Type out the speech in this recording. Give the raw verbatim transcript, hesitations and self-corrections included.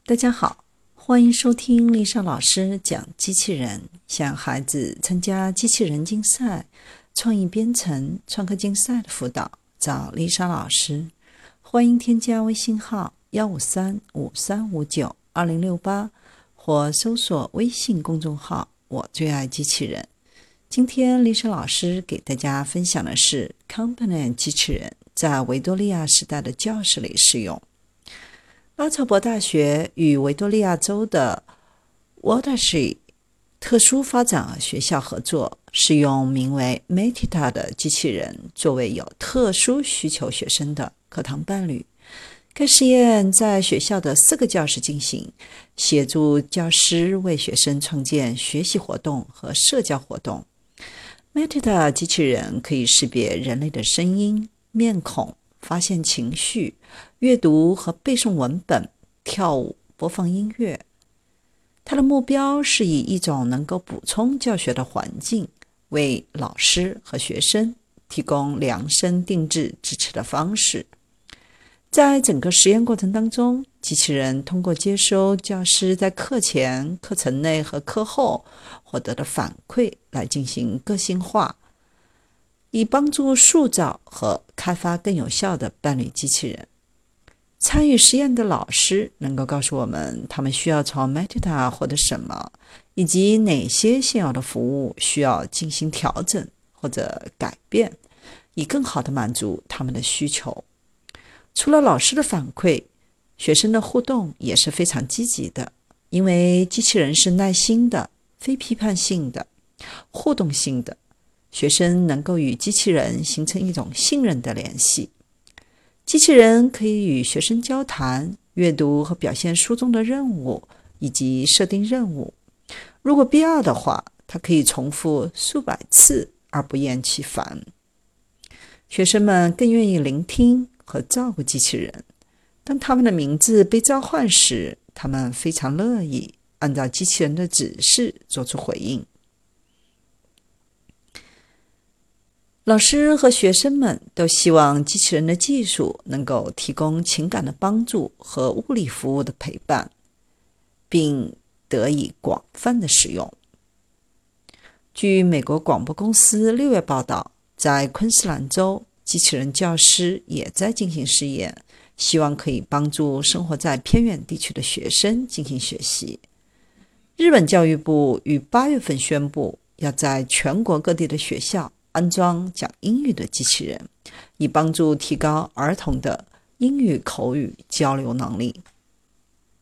大家好，欢迎收听丽莎老师讲机器人，向孩子参加机器人竞赛、创意编程、创客竞赛的辅导，找丽莎老师。欢迎添加微信号一五三五三五九二零六八或搜索微信公众号我最爱机器人。今天丽莎老师给大家分享的是 Companion 机器人在维多利亚时代的教室里使用。拉乔伯大学与维多利亚州的 Watershed 特殊发展学校合作，使用名为 Metita 的机器人作为有特殊需求学生的课堂伴侣。该实验在学校的四个教室进行，协助教师为学生创建学习活动和社交活动。Metita 机器人可以识别人类的声音、面孔，发现情绪，阅读和背诵文本，跳舞，播放音乐。它的目标是以一种能够补充教学的环境，为老师和学生提供量身定制支持的方式。在整个实验过程当中，机器人通过接收教师在课前、课程内和课后获得的反馈来进行个性化，以帮助塑造和开发更有效的伴侣机器人。参与实验的老师能够告诉我们他们需要从 Metita 获得什么，以及哪些现有的服务需要进行调整或者改变，以更好地满足他们的需求。除了老师的反馈，学生的互动也是非常积极的，因为机器人是耐心的、非批判性的、互动性的，学生能够与机器人形成一种信任的联系。机器人可以与学生交谈、阅读和表现书中的任务，以及设定任务。如果必要的话，它可以重复数百次而不厌其烦。学生们更愿意聆听和照顾机器人。当他们的名字被召唤时，他们非常乐意按照机器人的指示做出回应。老师和学生们都希望机器人的技术能够提供情感的帮助和物理服务的陪伴，并得以广泛的使用。据美国广播公司六月报道，在昆士兰州，机器人教师也在进行试验，希望可以帮助生活在偏远地区的学生进行学习。日本教育部于八月份宣布，要在全国各地的学校安装讲英语的机器人，以帮助提高儿童的英语口语交流能力。